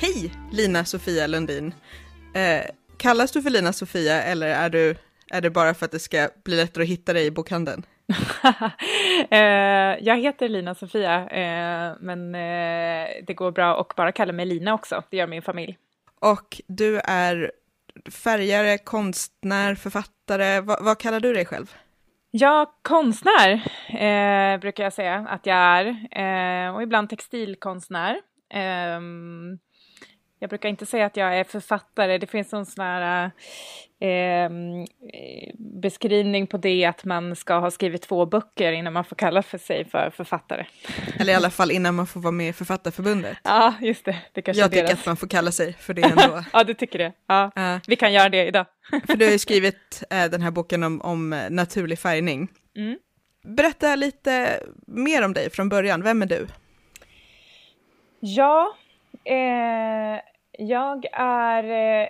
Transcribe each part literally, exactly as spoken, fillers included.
Hej, Lina Sofia Lundin. Eh, kallas du för Lina Sofia eller är, du, är det bara för att det ska bli lättare att hitta dig i bokhandeln? eh, jag heter Lina Sofia, eh, men eh, det går bra att bara kalla mig Lina också. Det gör min familj. Och du är färgare, konstnär, författare. Va, vad kallar du dig själv? Ja, konstnär eh, brukar jag säga att jag är. Eh, och ibland textilkonstnär. Eh, jag brukar inte säga att jag är författare. Det finns en sån här eh, beskrivning på det att man ska ha skrivit två böcker innan man får kalla för sig för författare. Eller i alla fall innan man får vara med i Författarförbundet. Ja, just det. det kanske jag tycker deras. Att man får kalla sig för det ändå. Ja, du tycker det. Ja, uh, vi kan göra det idag. För du har ju skrivit eh, den här boken om, om naturlig färgning. Mm. Berätta lite mer om dig från början. Vem är du? Ja, eh, jag är, eh,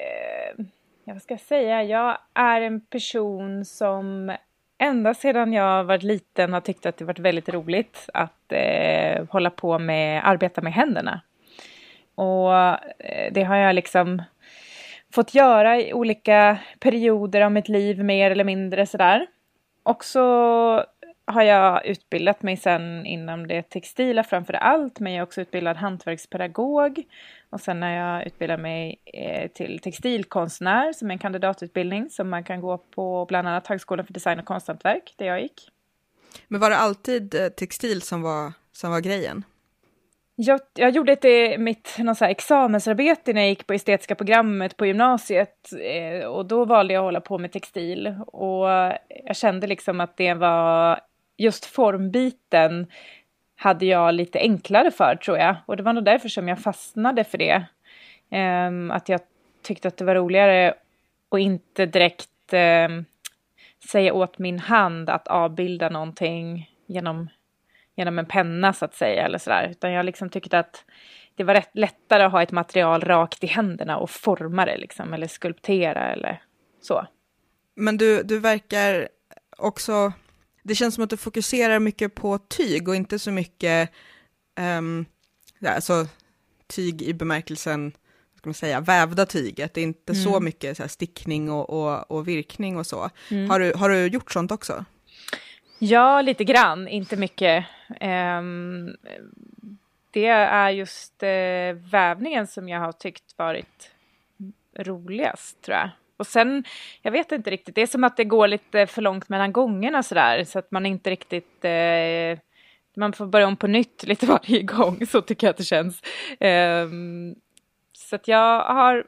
jag vad ska jag säga, jag är en person som ända sedan jag var liten har tyckt att det varit väldigt roligt att eh, hålla på med, arbeta med händerna. Och eh, det har jag liksom fått göra i olika perioder av mitt liv, mer eller mindre sådär. Och så har jag utbildat mig sen inom det textila framför allt, men jag är också utbildad hantverkspedagog. Och sen har jag utbildat mig eh, till textilkonstnär som är en kandidatutbildning som man kan gå på bland annat Högskolan för design och konsthantverk, där jag gick. Men var det alltid eh, textil som var, som var grejen? Jag, jag gjorde ett, mitt någon så här examensarbete när jag gick på estetiska programmet på gymnasiet eh, och då valde jag att hålla på med textil och jag kände liksom att det var just formbiten hade jag lite enklare för, tror jag, och det var nog därför som jag fastnade för det, eh, att jag tyckte att det var roligare och inte direkt eh, säga åt min hand att avbilda någonting genom genom en penna så att säga eller sådär, utan jag liksom tyckte att det var rätt lättare att ha ett material rakt i händerna och forma det liksom, eller skulptera eller så. Men du, du verkar också, det känns som att du fokuserar mycket på tyg och inte så mycket um, ja, alltså tyg i bemärkelsen, vad ska man säga, vävda tyg, att det är inte mm. så mycket så här, stickning och, och, och virkning och så. Mm. Har du, har du gjort sånt också? Ja, lite grann, inte mycket. Um, det är just uh, vävningen som jag har tyckt varit roligast, tror jag. Och sen, jag vet inte riktigt, det är som att det går lite för långt mellan gångerna sådär, så att man inte riktigt, uh, man får börja om på nytt lite varje gång, så tycker jag att det känns. Um, så att jag har,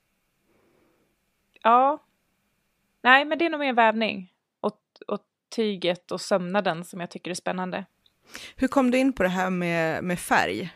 ja, nej men det är nog mer vävning och, och tyget och sömnaden som jag tycker är spännande. Hur kom du in på det här med, med färg?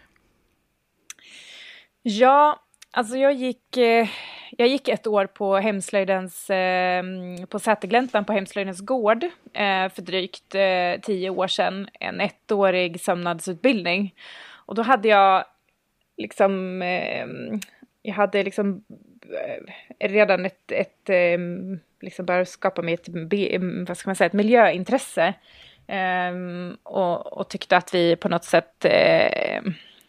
Ja, alltså jag gick, eh, jag gick ett år på Hemslöjdens, eh, på Sätergläntan på Hemslöjdens gård eh, för drygt eh, tio år sedan. En ettårig sömnadsutbildning. Och då hade jag liksom, eh, jag hade liksom eh, redan ett, ett eh, liksom bara skapa mig ett, vad ska man säga, ett miljöintresse. Um, och, och tyckte att vi på något sätt eh,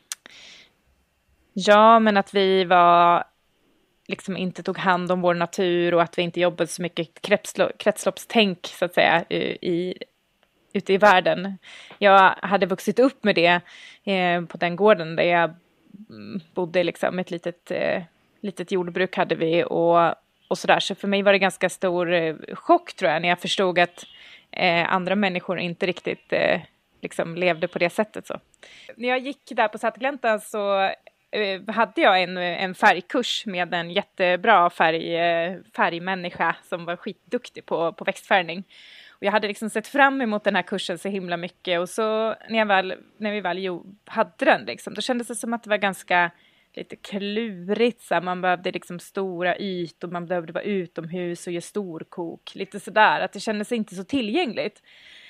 ja, men att vi var liksom inte tog hand om vår natur och att vi inte jobbade så mycket kretslo- kretsloppstänk så att säga i, i, ute i världen. Jag hade vuxit upp med det eh, på den gården där jag bodde, liksom ett litet, eh, litet jordbruk hade vi och, och sådär. Så för mig var det ganska stor eh, chock, tror jag, när jag förstod att Eh, andra människor inte riktigt eh, liksom levde på det sättet. Så. När jag gick där på Sätergläntan så eh, hade jag en, en färgkurs med en jättebra färg, eh, färgmänniska som var skitduktig på, på växtfärgning. Och jag hade liksom sett fram emot den här kursen så himla mycket, och så när, jag väl, när vi väl jo, hade den liksom, då kändes det som att det var ganska lite klurigt, så här. Man behövde liksom stora ytor, man behövde vara utomhus och göra storkok, lite sådär, att det kändes inte så tillgängligt.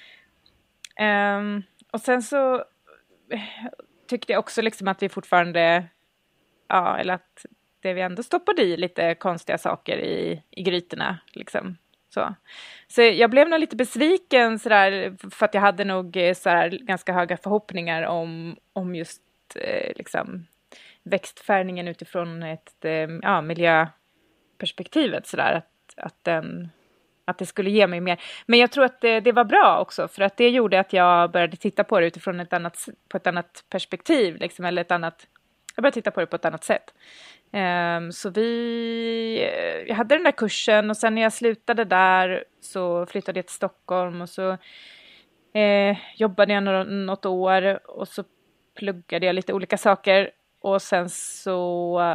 Um, och sen så tyckte jag också liksom att vi fortfarande, ja, eller att det vi ändå stoppade i lite konstiga saker i, i grytorna liksom. Så. så jag blev nog lite besviken sådär, för att jag hade nog sådär ganska höga förhoppningar om, om just eh, liksom växtfärgningen utifrån ett eh, ja, miljöperspektivet sådär, att, att, den, att det skulle ge mig mer. Men jag tror att det, det var bra också, för att det gjorde att jag började titta på det utifrån ett annat, på ett annat perspektiv, liksom, eller ett annat, jag började titta på det på ett annat sätt. Um, så vi, jag hade den där kursen och sen när jag slutade där så flyttade jag till Stockholm och så eh, jobbade jag något, något år och så pluggade jag lite olika saker och sen så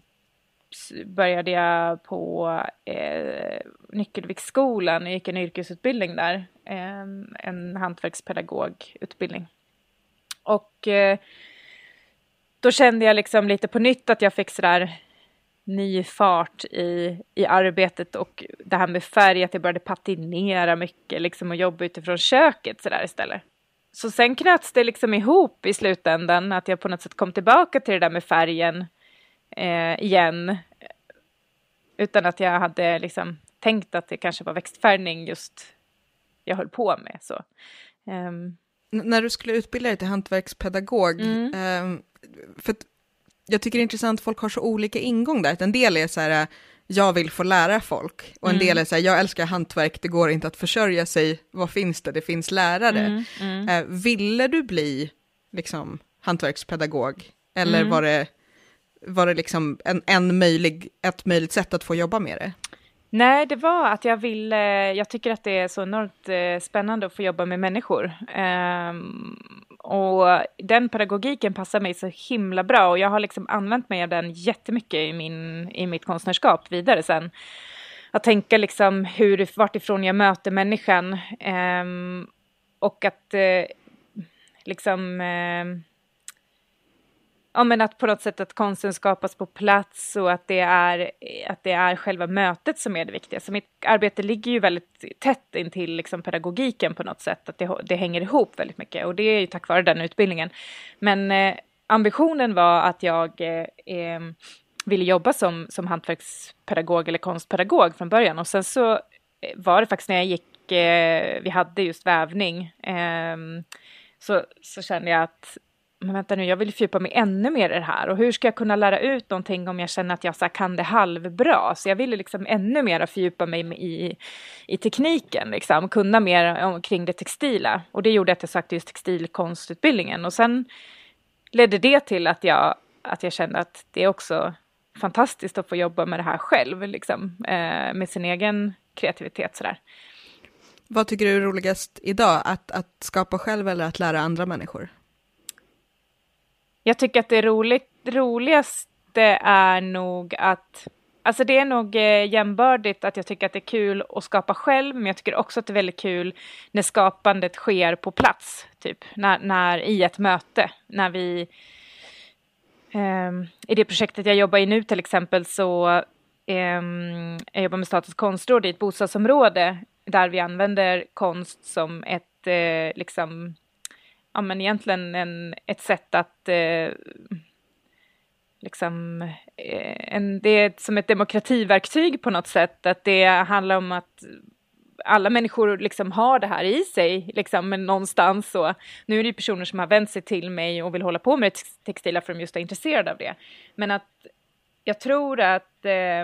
började jag på eh, Nyckelviksskolan. Jag gick en yrkesutbildning där, eh, en hantverkspedagogutbildning. Och eh, då kände jag liksom lite på nytt att jag fick sådär ny fart i, i arbetet och det här med färg, att jag började patinera mycket liksom, och jobba utifrån köket sådär istället. Så sen knöts det liksom ihop i slutändan, att jag på något sätt kom tillbaka till det där med färgen eh, igen. Utan att jag hade liksom tänkt att det kanske var växtfärgning just jag höll på med. Så. Um. N- när du skulle utbilda dig till hantverkspedagog, Mm. um, för att jag tycker det är intressant, folk har så olika ingång där. En del är så här, jag vill få lära folk. Och en Mm. del är så här, jag älskar hantverk, det går inte att försörja sig. Vad finns det? Det finns lärare. Mm. Mm. Uh, ville du bli liksom hantverkspedagog? Eller Mm. var det, var det liksom en, en möjlig, ett möjligt sätt att få jobba med det? Nej, det var att jag ville, jag tycker att det är så enormt eh, spännande att få jobba med människor. Um, och den pedagogiken passar mig så himla bra och jag har liksom använt mig av den jättemycket i, min, i mitt konstnärskap vidare sen. Att tänka liksom hur, vart ifrån jag möter människan um, och att eh, liksom... Eh, Ja, men att på något sätt att konsten skapas på plats och att det är, att det är själva mötet som är det viktiga. Så mitt arbete ligger ju väldigt tätt intill liksom pedagogiken på något sätt. Att det, det hänger ihop väldigt mycket och det är ju tack vare den utbildningen. Men eh, ambitionen var att jag eh, ville jobba som, som hantverkspedagog eller konstpedagog från början. Och sen så var det faktiskt när jag gick, eh, vi hade just vävning, eh, så, så kände jag att men vänta nu, jag vill fördjupa mig ännu mer i det här. Och hur ska jag kunna lära ut någonting om jag känner att jag så här, kan det halvbra? Så jag ville liksom ännu mer fördjupa mig i, i tekniken. Liksom, kunna mer om, kring det textila. Och det gjorde att jag sökte just textilkonstutbildningen. Och sen ledde det till att jag, att jag kände att det är också fantastiskt att få jobba med det här själv. Liksom, eh, med sin egen kreativitet. Sådär. Vad tycker du är roligast idag? Att, att skapa själv eller att lära andra människor? Jag tycker att det roligt, roligaste är nog att, alltså det är nog eh, jämbördigt att jag tycker att det är kul att skapa själv, men jag tycker också att det är väldigt kul när skapandet sker på plats, typ, när, när i ett möte, när vi, eh, i det projektet jag jobbar i nu till exempel så, eh, jag jobbar med Statens konstråd i ett bostadsområde där vi använder konst som ett, eh, liksom, ja, men egentligen en, ett sätt att eh, liksom, eh, en, det är som ett demokrativerktyg på något sätt. Att det handlar om att alla människor liksom har det här i sig, liksom, men någonstans så. Nu är det ju personer som har vänt sig till mig och vill hålla på med textila för att de just är intresserade av det. Men att jag tror att eh,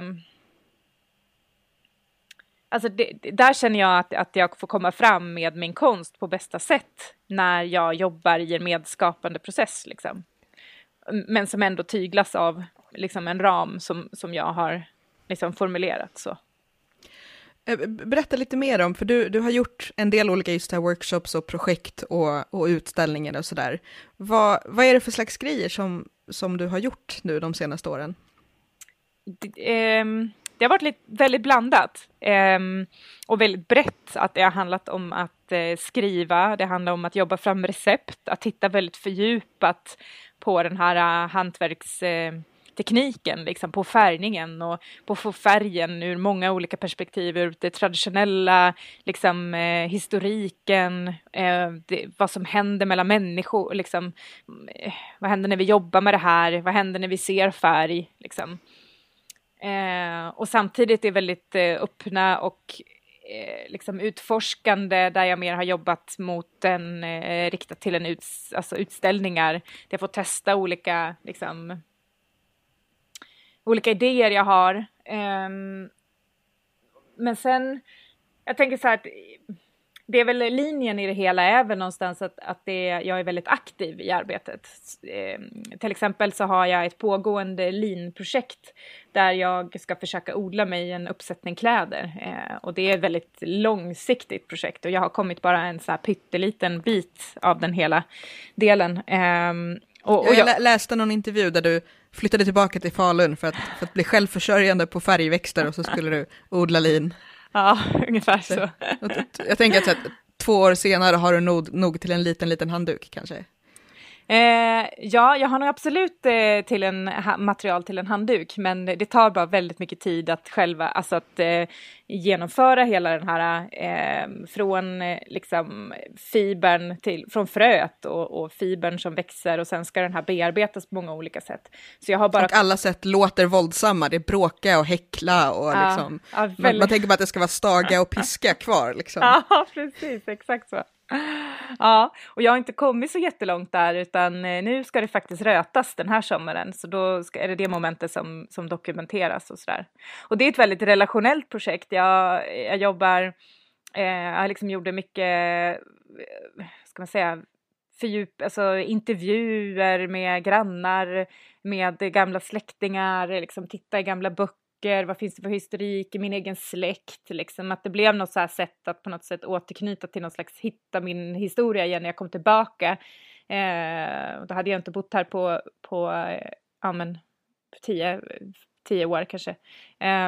alltså det, där känner jag att, att jag får komma fram med min konst på bästa sätt när jag jobbar i en medskapande process. Liksom. Men som ändå tyglas av liksom, en ram som, som jag har liksom, formulerat. Så. Berätta lite mer om, för du, du har gjort en del olika just här workshops och projekt och, och utställningar och sådär. Vad, vad är det för slags grejer som, som du har gjort nu de senaste åren? Det, ähm... Det har varit lite, väldigt blandat eh, och väldigt brett. Att det har handlat om att eh, skriva, det handlar om att jobba fram recept, att titta väldigt fördjupat på den här uh, hantverkstekniken, eh, liksom, på färgningen och på få färgen ur många olika perspektiv, ur det traditionella, liksom, eh, historiken, eh, det, vad som händer mellan människor, liksom, eh, vad händer när vi jobbar med det här, vad händer när vi ser färg, liksom. Eh, och samtidigt är väldigt eh, öppna och eh, liksom utforskande där jag mer har jobbat mot en, eh, riktat till en uts, alltså utställningar. Där jag får testa olika liksom, olika idéer jag har. Um, men sen, jag tänker så här att det är väl linjen i det hela är väl någonstans att, att det, jag är väldigt aktiv i arbetet. Eh, till exempel så har jag ett pågående lean-projekt där jag ska försöka odla mig en uppsättning kläder. Eh, och det är ett väldigt långsiktigt projekt och jag har kommit bara en så här pytteliten bit av den hela delen. Eh, och, och jag, jag läste någon intervju där du flyttade tillbaka till Falun för att, för att bli självförsörjande på färgväxter och så skulle du odla lin. Ja, ungefär så. Jag tänker att, så att två år senare har du nog, nog till en liten, liten handduk kanske. Eh, ja, jag har nog absolut eh, till en ha- material till en handduk, men det tar bara väldigt mycket tid att själva, alltså att eh, genomföra hela den här eh, från eh, liksom fibern till, från fröet och, och fibern som växer och sen ska den här bearbetas på många olika sätt. Så jag har bara... Och alla sätt låter våldsamma, det är bråka och häckla och ja, liksom, ja, väldigt... man, man tänker bara att det ska vara staga och piska kvar liksom. Ja, precis, exakt så. Ja, och jag har inte kommit så jättelångt där utan nu ska det faktiskt rötas den här sommaren så då ska, är det det momentet som, som dokumenteras och sådär. Och det är ett väldigt relationellt projekt. Jag, jag jobbar, eh, jag liksom gjorde mycket, ska man säga, fördjup, alltså intervjuer med grannar, med gamla släktingar, liksom titta i gamla böcker. Vad finns det för historik i min egen släkt? Liksom, att det blev något så här sätt att på något sätt återknyta till någon slags hitta min historia igen när jag kom tillbaka. Eh, då hade jag inte bott här på, på eh, ja, men, tio, tio år kanske. Eh,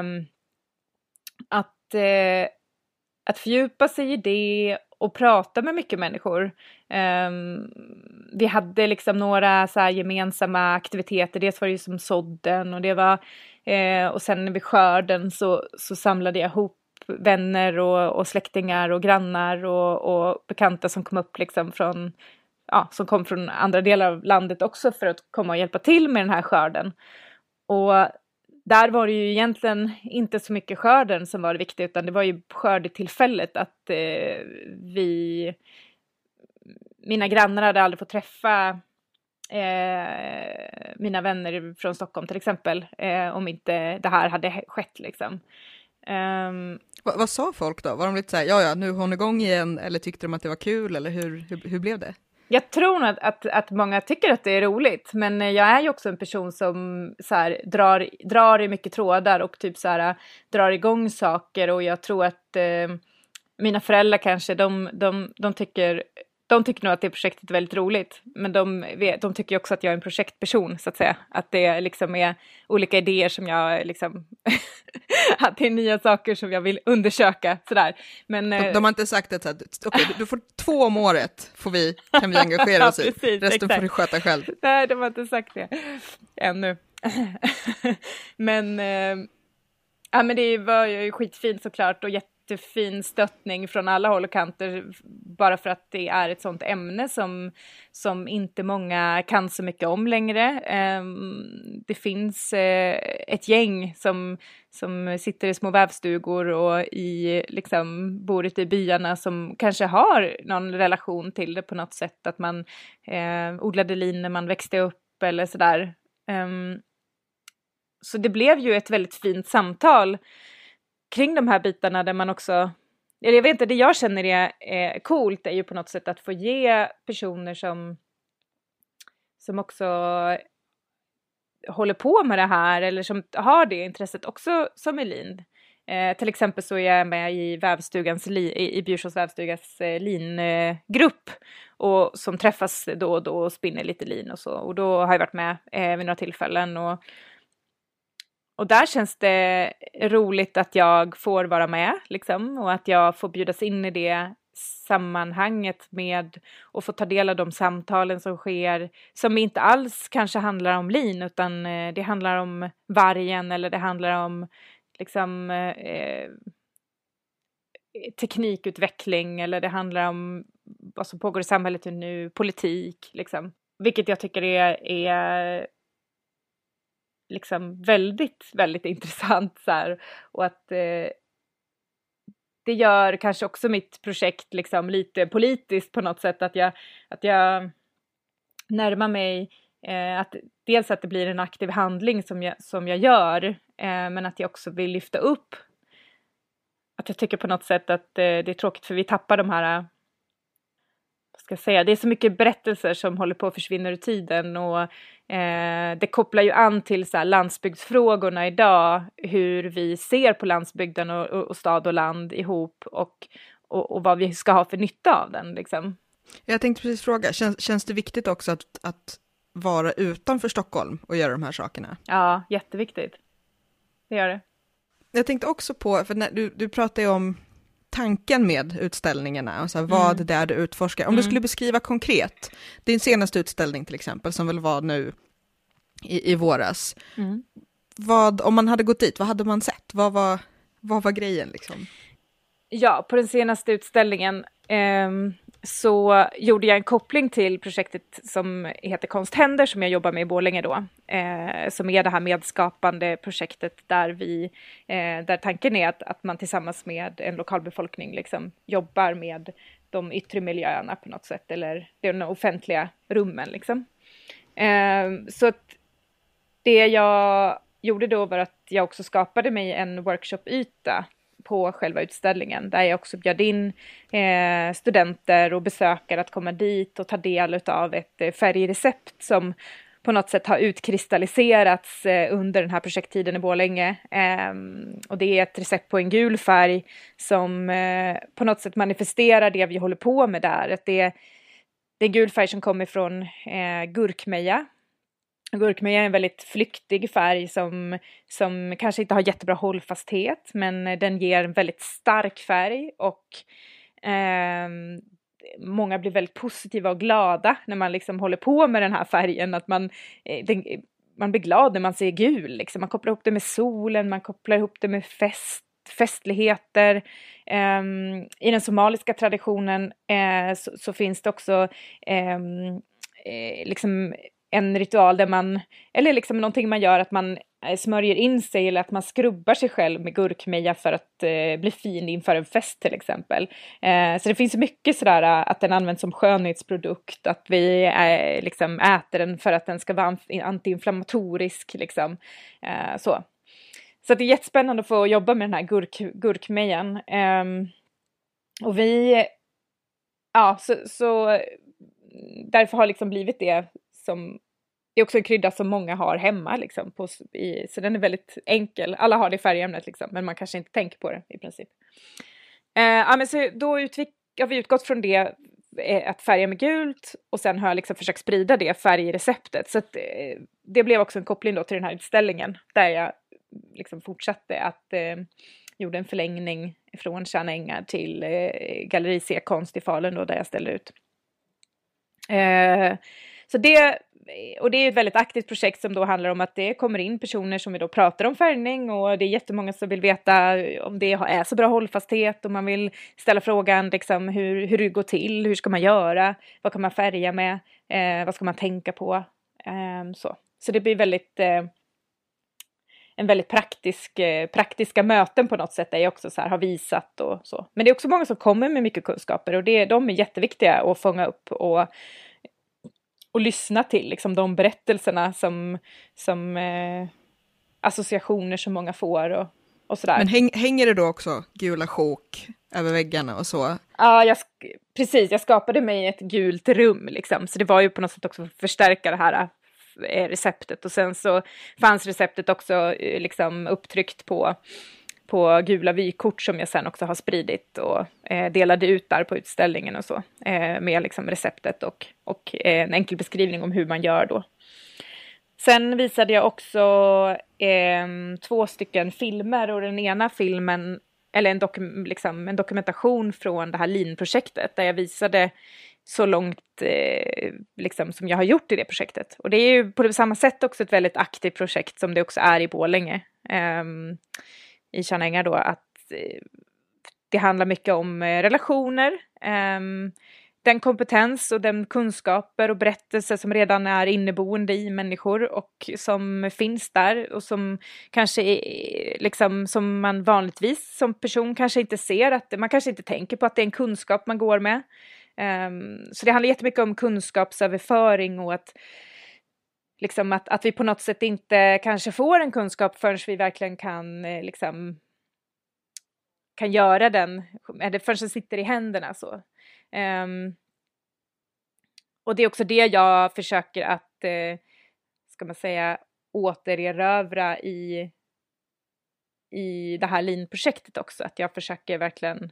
att, eh, att fördjupa sig i det och prata med mycket människor. Um, vi hade liksom några så här gemensamma aktiviteter. Dels var det ju som sådden och det var eh, och sen vid skörden så, så samlade jag ihop vänner och, och släktingar och grannar och, och bekanta som kom upp liksom från ja, som kom från andra delar av landet också för att komma och hjälpa till med den här skörden. Och där var det ju egentligen inte så mycket skörden som var det viktiga utan det var ju skördetillfället att eh, vi, mina grannar hade aldrig fått träffa eh, mina vänner från Stockholm till exempel eh, om inte det här hade skett liksom. Um, Va, vad sa folk då? Var de lite så här, ja ja, nu är hon igång igen eller tyckte de att det var kul eller hur, hur, hur blev det? Jag tror nog att, att, att många tycker att det är roligt. Men jag är ju också en person som så här, drar, drar i mycket trådar och typ så här, drar igång saker. Och jag tror att eh, mina föräldrar kanske, de, de, de tycker... De tycker nog att det projektet är väldigt roligt. Men de, de tycker också att jag är en projektperson så att säga. Att det liksom är olika idéer som jag liksom... att det är nya saker som jag vill undersöka. Sådär. Men, de, de har inte sagt att okej, okay, du, du får två om året får vi, kan vi engagera oss i. Precis, resten exakt. Får du sköta själv. Nej, de har inte sagt det ännu. men, eh, ja, men det var ju skitfint såklart och jätte jättefin stöttning från alla håll och kanter bara för att det är ett sånt ämne som, som inte många kan så mycket om längre. Det finns ett gäng som, som sitter i små vävstugor och i, liksom, bor ute i byarna som kanske har någon relation till det på något sätt. Att man eh, odlade lin när man växte upp eller sådär. Så det blev ju ett väldigt fint samtal kring de här bitarna där man också, eller jag vet inte, det jag känner är, är coolt är ju på något sätt att få ge personer som som också håller på med det här eller som har det intresset också som är lin. Eh, till exempel så är jag med i vävstugans li, i, i Bjursås vävstugas eh, lingrupp och som träffas då och då och spinner lite lin och så. Och då har jag varit med eh, vid några tillfällen och Och där känns det roligt att jag får vara med liksom, och att jag får bjudas in i det sammanhanget med och få ta del av de samtalen som sker som inte alls kanske handlar om lin utan det handlar om vargen eller det handlar om liksom eh, teknikutveckling eller det handlar om vad som pågår i samhället nu, politik liksom. Vilket jag tycker är, är liksom väldigt, väldigt intressant så här. Och att eh, det gör kanske också mitt projekt liksom lite politiskt på något sätt att jag, att jag närmar mig eh, att dels att det blir en aktiv handling som jag, som jag gör, eh, men att jag också vill lyfta upp att jag tycker på något sätt att eh, det är tråkigt för vi tappar de här, vad ska jag säga, det är så mycket berättelser som håller på att försvinna ur tiden, och eh, det kopplar ju an till så här landsbygdsfrågorna idag, hur vi ser på landsbygden och, och, och stad och land ihop, och, och, och vad vi ska ha för nytta av den liksom. Jag tänkte precis fråga, känns, känns det viktigt också att, att vara utanför Stockholm och göra de här sakerna? Ja, jätteviktigt. Det gör det. Jag tänkte också på, för när du, du pratar ju om tanken med utställningarna, alltså vad mm. det är du utforskar. Om mm. du skulle beskriva konkret, din senaste utställning till exempel, som väl var nu i, i våras. Mm. Vad, om man hade gått dit, vad hade man sett? Vad var, vad var grejen liksom? Ja, på den senaste utställningen eh, så gjorde jag en koppling till projektet som heter Konsthänder, som jag jobbar med i Borlänge då. Eh, som är det här medskapande projektet där vi, eh, där tanken är att, att man tillsammans med en lokalbefolkning liksom jobbar med de yttre miljöerna på något sätt, eller de offentliga rummen liksom. Eh, så att det jag gjorde då var att jag också skapade mig en workshopyta på själva utställningen, där jag också bjöd in eh, studenter och besökare att komma dit och ta del av ett eh, färgrecept som på något sätt har utkristalliserats eh, under den här projekttiden i Borlänge. Eh, och det är ett recept på en gul färg som eh, på något sätt manifesterar det vi håller på med där. Att det, det är en gul färg som kommer från eh, gurkmeja. Gurkmeja är en väldigt flyktig färg som, som kanske inte har jättebra hållfasthet, men den ger en väldigt stark färg, och eh, många blir väldigt positiva och glada när man liksom håller på med den här färgen. Att man, den, man blir glad när man ser gul. Liksom. Man kopplar ihop det med solen, man kopplar ihop det med fest, festligheter. Eh, I den somaliska traditionen eh, så, så finns det också eh, liksom en ritual där man, eller liksom någonting man gör, att man smörjer in sig eller att man skrubbar sig själv med gurkmeja för att eh, bli fin inför en fest till exempel. Eh, så det finns mycket sådär att den används som skönhetsprodukt, att vi eh, liksom äter den för att den ska vara antiinflammatorisk liksom. Eh, så. Så det är jättespännande att få jobba med den här gurk, gurkmejan. Eh, och vi, ja så, så därför har liksom blivit det som, det är också en krydda som många har hemma liksom, på, i, så den är väldigt enkel. Alla har det färgämnet liksom, men man kanske inte tänker på det i princip. Eh, ja, men så då utvik, har vi utgått från det, eh, att färga med gult, och sen har jag liksom försökt sprida det färgreceptet. Så att, eh, det blev också en koppling då till den här utställningen, där jag liksom fortsatte att eh, gjorde en förlängning från Tjärna ängar till eh, Galleri C-konst i Falun då, där jag ställde ut. Eh, så det, och det är ett väldigt aktivt projekt som då handlar om att det kommer in personer som vi då pratar om färgning, och det är jättemånga som vill veta om det är så bra hållfasthet, och man vill ställa frågan liksom hur, hur det går till, hur ska man göra, vad kan man färga med, eh, vad ska man tänka på, eh, så. Så det blir väldigt eh, en väldigt praktisk, eh, praktiska möten på något sätt, där jag också så här har visat och så. Men det är också många som kommer med mycket kunskaper, och det, de är jätteviktiga att fånga upp och och lyssna till liksom de berättelserna som, som eh, associationer som många får och, och sådär. Men häng, hänger det då också gula sjok över väggarna och så? Ja, jag, precis. Jag skapade mig ett gult rum liksom. Så det var ju på något sätt också för att förstärka det här eh, receptet. Och sen så fanns receptet också eh, liksom upptryckt på på gula vykort som jag sen också har spridit och eh, delade ut där på utställningen och så. Eh, med liksom receptet och, och eh, en enkel beskrivning om hur man gör då. Sen visade jag också eh, två stycken filmer, och den ena filmen, eller en, dokum, liksom, en dokumentation från det här Lean-projektet, där jag visade så långt eh, liksom, som jag har gjort i det projektet. Och det är ju på samma sätt också ett väldigt aktivt projekt som det också är i Borlänge. Eh, i Tjärna ängar då, att eh, det handlar mycket om eh, relationer, eh, den kompetens och den kunskaper och berättelser som redan är inneboende i människor och som finns där, och som kanske är, liksom, som man vanligtvis som person kanske inte ser, att man kanske inte tänker på att det är en kunskap man går med. Eh, så det handlar jättemycket om kunskapsöverföring, och att liksom att, att vi på något sätt inte kanske får en kunskap förrän vi verkligen kan liksom kan göra den, eller förrän den sitter i händerna så. Um, och det är också det jag försöker att, eh, ska man säga, återerövra i, i det här Lean-projektet också. Att jag försöker verkligen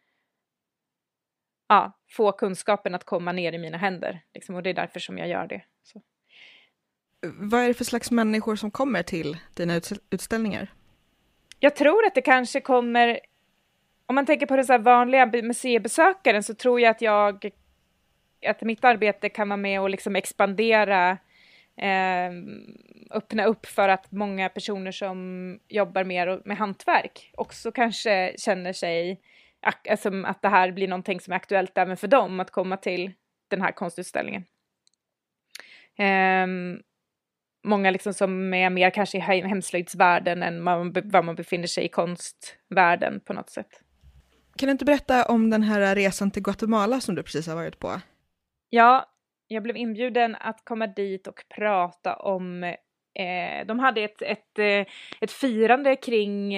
ja, få kunskapen att komma ner i mina händer. Liksom, och det är därför som jag gör det. Så. Vad är det för slags människor som kommer till dina utställningar? Jag tror att det kanske kommer, om man tänker på den så här vanliga museibesökaren, så tror jag att jag, att mitt arbete kan vara med och liksom expandera, eh, öppna upp för att många personer som jobbar mer med hantverk också kanske känner sig, alltså att det här blir någonting som är aktuellt även för dem att komma till den här konstutställningen. Eh, Många liksom som är mer kanske i hemslöjdsvärlden än man, vad man befinner sig i konstvärlden på något sätt. Kan du inte berätta om den här resan till Guatemala som du precis har varit på? Ja, jag blev inbjuden att komma dit och prata om, eh, de hade ett, ett, ett firande kring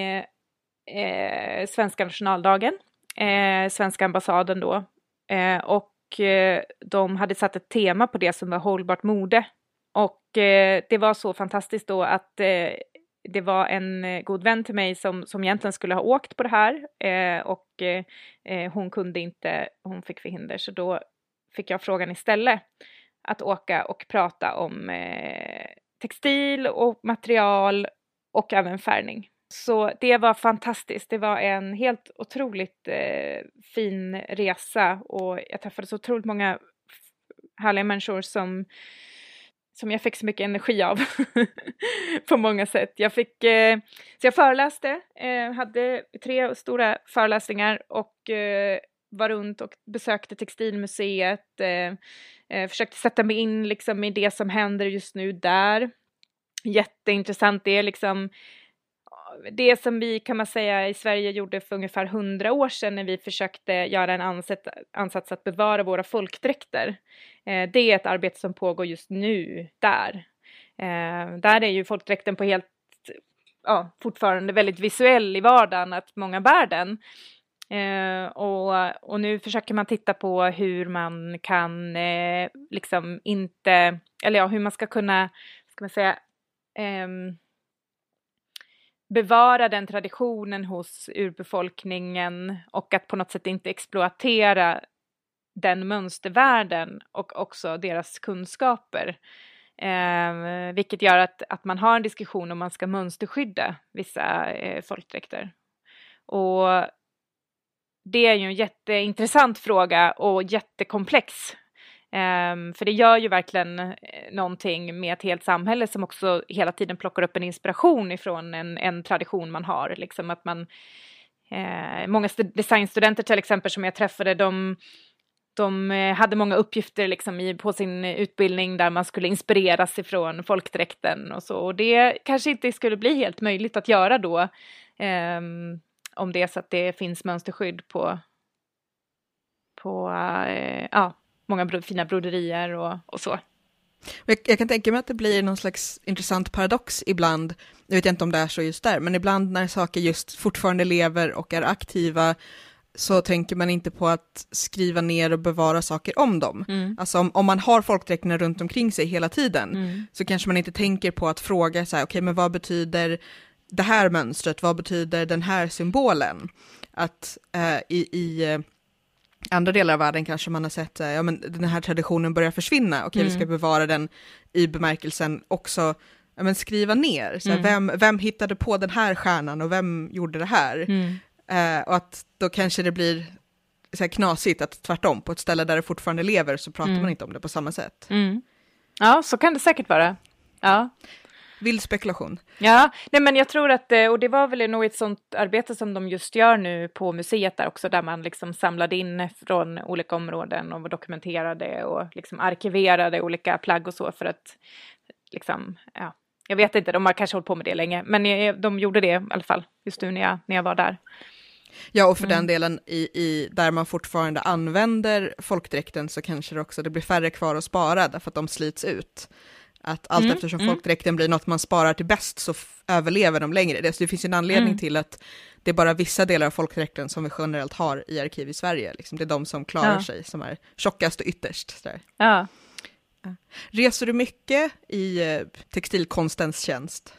eh, svenska nationaldagen, eh, svenska ambassaden då, eh, och eh, de hade satt ett tema på det som var hållbart mode. Och eh, det var så fantastiskt då att eh, det var en eh, god vän till mig som, som egentligen skulle ha åkt på det här. Eh, och eh, hon kunde inte, hon fick förhinder. Så då fick jag frågan istället att åka och prata om eh, textil och material och även färgning. Så det var fantastiskt. Det var en helt otroligt eh, fin resa. Och jag träffade så otroligt många härliga människor som... som jag fick så mycket energi av på många sätt. Jag fick, eh, så jag föreläste, eh, hade tre stora föreläsningar och eh, var runt och besökte Textilmuseet. Eh, eh, försökte sätta mig in liksom, i det som händer just nu där. Jätteintressant, det är liksom det som vi kan man säga i Sverige gjorde för ungefär hundra år sedan när vi försökte göra en ansats, ansats att bevara våra folkdräkter. Eh, det är ett arbete som pågår just nu där. Eh, där är ju folkdräkten på helt, ja, fortfarande väldigt visuell i vardagen att många bär den. Eh, och, och nu försöker man titta på hur man kan eh, liksom inte, eller ja, hur man ska kunna, ska man säga, eh, bevara den traditionen hos urbefolkningen och att på något sätt inte exploatera den mönstervärlden och också deras kunskaper. Eh, vilket gör att, att man har en diskussion om man ska mönsterskydda vissa eh, folkdräkter. Och det är ju en jätteintressant fråga och jättekomplex. Um, för det gör ju verkligen eh, någonting med ett helt samhälle som också hela tiden plockar upp en inspiration ifrån en, en tradition man har. Liksom att man, eh, många st- designstudenter till exempel som jag träffade, de, de eh, hade många uppgifter liksom i, på sin utbildning där man skulle inspireras ifrån folkdräkten och så. Och det kanske inte skulle bli helt möjligt att göra då eh, om det är så att det finns mönsterskydd på, på eh, ja, många bro- fina broderier och, och så. Jag, jag kan tänka mig att det blir någon slags intressant paradox ibland, jag vet inte om det är så just där, men ibland när saker just fortfarande lever och är aktiva så tänker man inte på att skriva ner och bevara saker om dem. Mm. Alltså om, om man har folkdräkterna runt omkring sig hela tiden mm. så kanske man inte tänker på att fråga så här, okej, men vad betyder det här mönstret, vad betyder den här symbolen? Att eh, i, i andra delar av världen kanske man har sett att ja, den här traditionen börjar försvinna. Okej, mm. vi ska bevara den i bemärkelsen också, ja, men skriva ner. Så här, mm. vem, vem hittade på den här stjärnan och vem gjorde det här? Mm. Eh, och att då kanske det blir så här knasigt att tvärtom, på ett ställe där det fortfarande lever så pratar mm. man inte om det på samma sätt. Mm. Ja, så kan det säkert vara. Ja. Vild spekulation. Ja, nej men jag tror att, och det var väl nog ett sånt arbete som de just gör nu på museet där också, där man liksom samlade in från olika områden och dokumenterade och liksom arkiverade olika plagg och så för att liksom, ja, jag vet inte, de har kanske hållit på med det länge, men de gjorde det i alla fall just nu när jag, när jag var där. Ja, och för mm. den delen i, i, där man fortfarande använder folkdräkten så kanske det också det blir färre kvar att spara därför att de slits ut. Att allt Mm, eftersom mm. folkdräkten blir något man sparar till bäst så f- överlever de längre. Det, så det finns ju en anledning Mm. till att det är bara vissa delar av folkdräkten som vi generellt har i arkiv i Sverige. Liksom. Det är de som klarar Ja. sig, som är tjockast och ytterst. Där. Ja. Reser du mycket i eh, textilkonstens tjänst?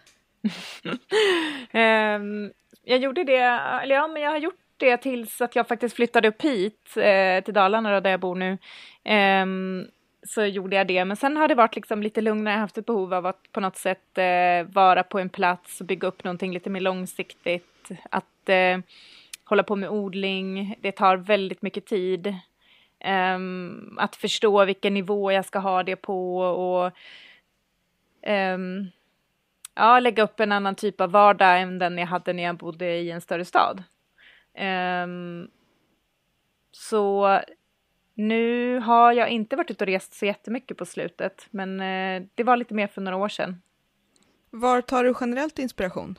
Ehm, jag gjorde det, eller ja, men jag har gjort det tills att jag faktiskt flyttade upp hit eh, till Dalarna där jag bor nu. Ehm, så gjorde jag det, men sen har det varit liksom lite lugnare. Jag har haft ett behov av att på något sätt eh, vara på en plats och bygga upp någonting lite mer långsiktigt. Att eh, hålla på med odling, det tar väldigt mycket tid. Ehm, att förstå vilken nivå jag ska ha det på och ehm, ja, lägga upp en annan typ av vardag än den jag hade när jag bodde i en större stad. Um, så nu har jag inte varit ute och rest så jättemycket på slutet, men uh, det var lite mer för några år sedan. Var tar du generellt inspiration?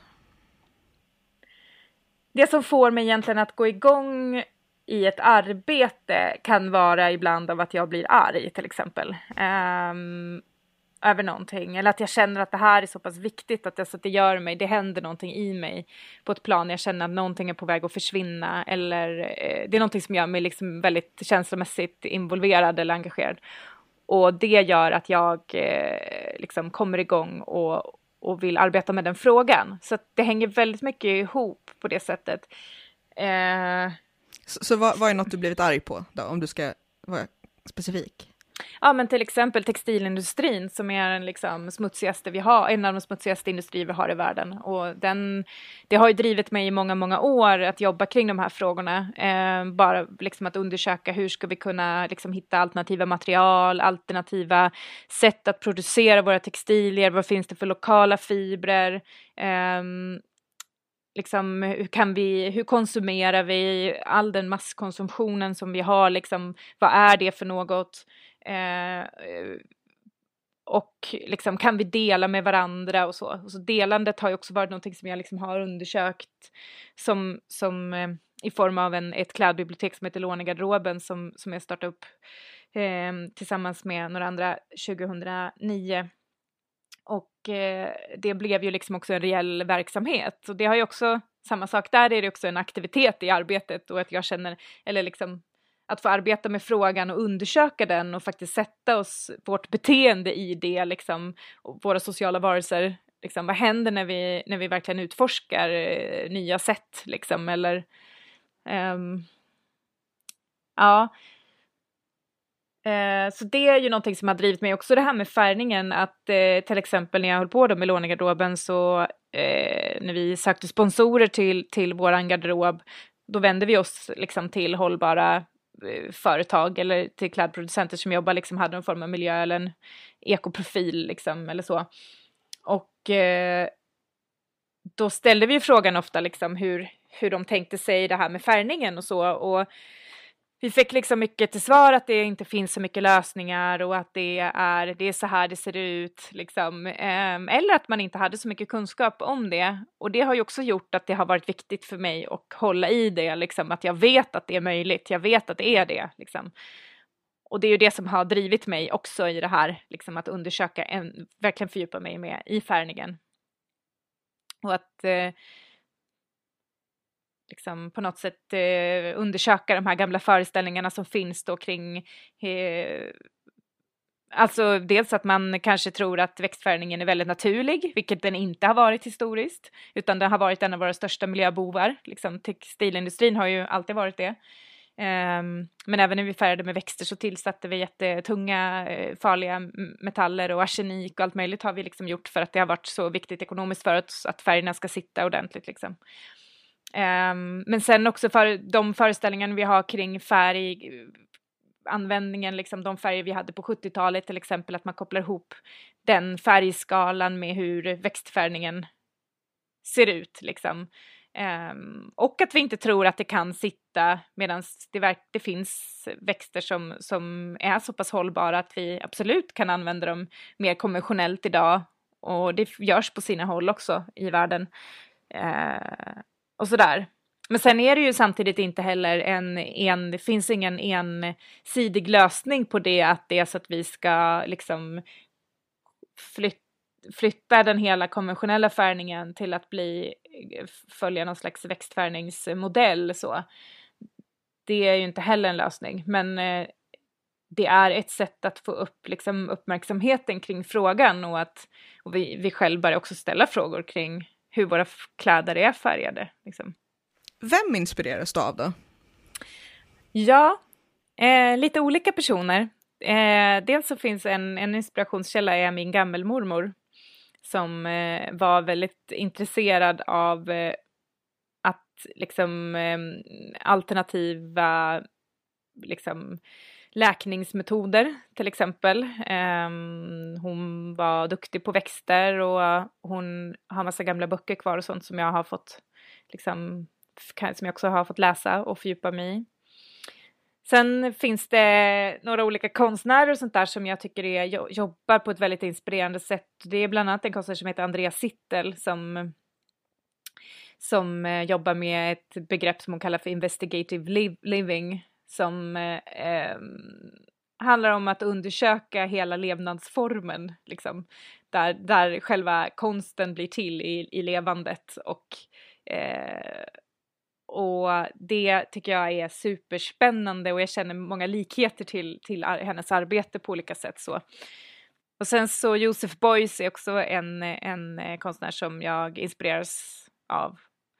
Det som får mig egentligen att gå igång i ett arbete kan vara ibland av att jag blir arg till exempel. Um, över någonting, eller att jag känner att det här är så pass viktigt att det, så att det gör mig, det händer någonting i mig på ett plan, jag känner att någonting är på väg att försvinna, eller eh, det är någonting som gör mig liksom väldigt känslomässigt involverad eller engagerad, och det gör att jag eh, liksom kommer igång och, och vill arbeta med den frågan, så att det hänger väldigt mycket ihop på det sättet. eh, Så, så vad, vad är något du blivit arg på då, om du ska vara specifik? Ja, men till exempel textilindustrin som är den liksom smutsigaste vi har, en av de smutsigaste industrier vi har i världen. Och den, det har ju drivit mig i många, många år att jobba kring de här frågorna. Eh, bara liksom att undersöka hur ska vi kunna liksom hitta alternativa material, alternativa sätt att producera våra textilier, vad finns det för lokala fibrer, eh, liksom, hur kan vi, hur konsumerar vi all den masskonsumtionen som vi har, liksom, vad är det för något? Eh, och liksom, kan vi dela med varandra och så. Och så delandet har ju också varit någonting som jag liksom har undersökt som, som eh, i form av en, ett klädbibliotek som heter Lånegarderoben som, som jag startade upp eh, tillsammans med några andra tjugohundranio. Och eh, det blev ju liksom också en reell verksamhet. Och det har ju också, samma sak där, är det också en aktivitet i arbetet. Och att jag känner, eller liksom att få arbeta med frågan och undersöka den och faktiskt sätta oss, vårt beteende i det, liksom, och våra sociala varelser. Liksom, vad händer när vi, när vi verkligen utforskar eh, nya sätt, liksom, eller ehm, ja. Så det är ju någonting som har drivit mig också, det här med färgningen, att eh, till exempel när jag höll på då med Lånegarderoben, så eh, när vi sökte sponsorer till, till våran garderob, då vände vi oss liksom till hållbara eh, företag eller till klädproducenter som jobbar, liksom hade en form av miljö eller en ekoprofil liksom, eller så. Och eh, då ställde vi frågan ofta liksom hur, hur de tänkte sig det här med färgningen och så, och vi fick liksom mycket till svar att det inte finns så mycket lösningar och att det är, det är så här det ser ut. Liksom. Eller att man inte hade så mycket kunskap om det. Och det har ju också gjort att det har varit viktigt för mig att hålla i det. Liksom. Att jag vet att det är möjligt. Jag vet att det är det. Liksom. Och det är ju det som har drivit mig också i det här. Liksom, att undersöka, en, verkligen fördjupa mig med i färgningen. Och att Eh, liksom på något sätt eh, undersöka de här gamla föreställningarna som finns då kring eh, alltså dels att man kanske tror att växtfärgningen är väldigt naturlig, vilket den inte har varit historiskt, utan den har varit en av våra största miljöbovar. Liksom, textilindustrin har ju alltid varit det. Um, men även när vi färgade med växter så tillsatte vi jättetunga eh, farliga metaller och arsenik och allt möjligt har vi liksom gjort för att det har varit så viktigt ekonomiskt för oss att färgerna ska sitta ordentligt liksom. Um, men sen också för de föreställningar vi har kring färg, användningen, liksom de färger vi hade på sjuttiotalet till exempel, att man kopplar ihop den färgskalan med hur växtfärgningen ser ut liksom. Um, och att vi inte tror att det kan sitta, medan det, verk- det finns växter som, som är så pass hållbara att vi absolut kan använda dem mer konventionellt idag, och det görs på sina håll också i världen. Uh, och sådär. Men sen är det ju samtidigt inte heller en, en det finns ingen ensidig lösning på det, att det är så att vi ska liksom flytt, flytta den hela konventionella färgningen till att bli, följa någon slags växtfärgningsmodell så. Det är ju inte heller en lösning, men eh, det är ett sätt att få upp liksom, uppmärksamheten kring frågan och att och vi, vi själva börjar också ställa frågor kring hur våra kläder är färgade. Liksom. Vem inspireras du av då? Ja, eh, lite olika personer. Eh, dels så finns en, en inspirationskälla är min gammelmormor som eh, var väldigt intresserad av eh, att liksom eh, alternativa liksom läkningsmetoder till exempel. Um, hon var duktig på växter och hon har massa gamla böcker kvar och sånt som jag har fått liksom, som jag också har fått läsa och fördjupa mig i. Sen finns det några olika konstnärer och sånt där som jag tycker är, jobbar på ett väldigt inspirerande sätt. Det är bland annat en konstnär som heter Andreas Sittel som som jobbar med ett begrepp som hon kallar för investigative liv- living som eh, handlar om att undersöka hela levnadsformen liksom, där, där själva konsten blir till i, i levandet och, eh, och det tycker jag är superspännande och jag känner många likheter till, till hennes arbete på olika sätt så. Och sen så Joseph Beuys är också en, en konstnär som jag inspireras av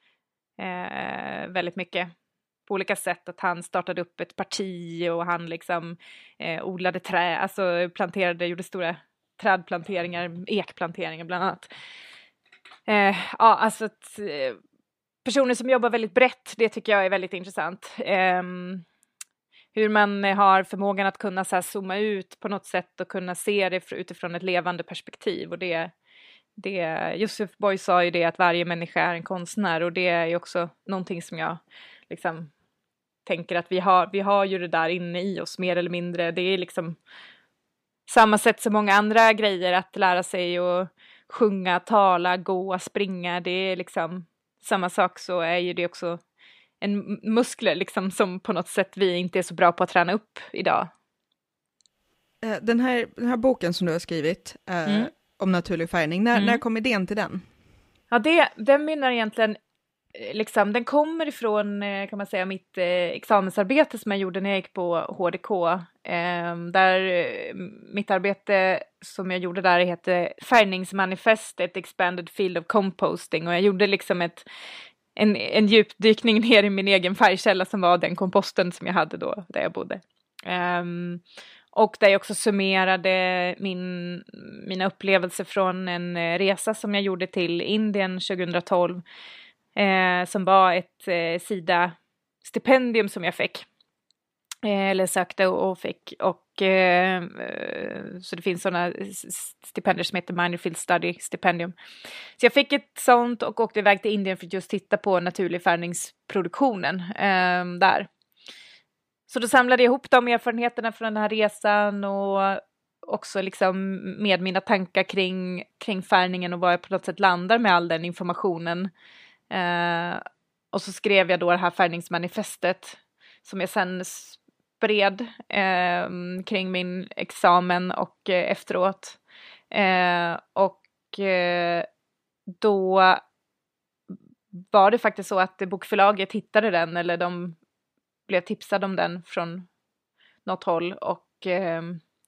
eh, väldigt mycket. På olika sätt, att han startade upp ett parti och han liksom eh, odlade trä, alltså planterade, gjorde stora trädplanteringar, ekplanteringar bland annat. Eh, ja, alltså att, eh, personer som jobbar väldigt brett, det tycker jag är väldigt intressant. Eh, hur man har förmågan att kunna så här, zooma ut på något sätt och kunna se det utifrån ett levande perspektiv och det det, Joseph Beuys sa ju det att varje människa är en konstnär och det är ju också någonting som jag liksom tänker att vi har, vi har ju det där inne i oss mer eller mindre. Det är liksom samma sätt som många andra grejer att lära sig att sjunga, tala, gå, springa. Det är liksom samma sak så är ju det också en muskler liksom som på något sätt vi inte är så bra på att träna upp idag. Den här, den här boken som du har skrivit eh, mm. om naturlig färgning, när, mm. när kom idén till den? Ja, det, den mynnar egentligen liksom, den kommer ifrån kan man säga mitt eh, examensarbete som jag gjorde när jag gick på H D K. Eh, där eh, mitt arbete som jag gjorde där heter Färgningsmanifest, ett expanded field of composting och jag gjorde liksom ett en, en djupdykning ner i min egen färgkälla som var den komposten som jag hade då där jag bodde. Eh, och där jag också summerade min, mina upplevelser från en resa som jag gjorde till Indien tjugohundratolv. Eh, som var ett eh, SIDA-stipendium som jag fick. Eh, eller sökte och, och fick. Och, eh, så det finns sådana stipendier som heter Minor Field Study stipendium. Så jag fick ett sånt och åkte iväg till Indien för att just titta på naturlig färgningsproduktionen eh, där. Så då samlade jag ihop de erfarenheterna från den här resan och också liksom med mina tankar kring, kring färgningen och vad jag på något sätt landar med all den informationen. Uh, och så skrev jag då det här färgningsmanifestet som jag sen spred uh, kring min examen och uh, efteråt. Uh, och uh, då var det faktiskt så att bokförlaget hittade den eller de blev tipsade om den från något håll och uh,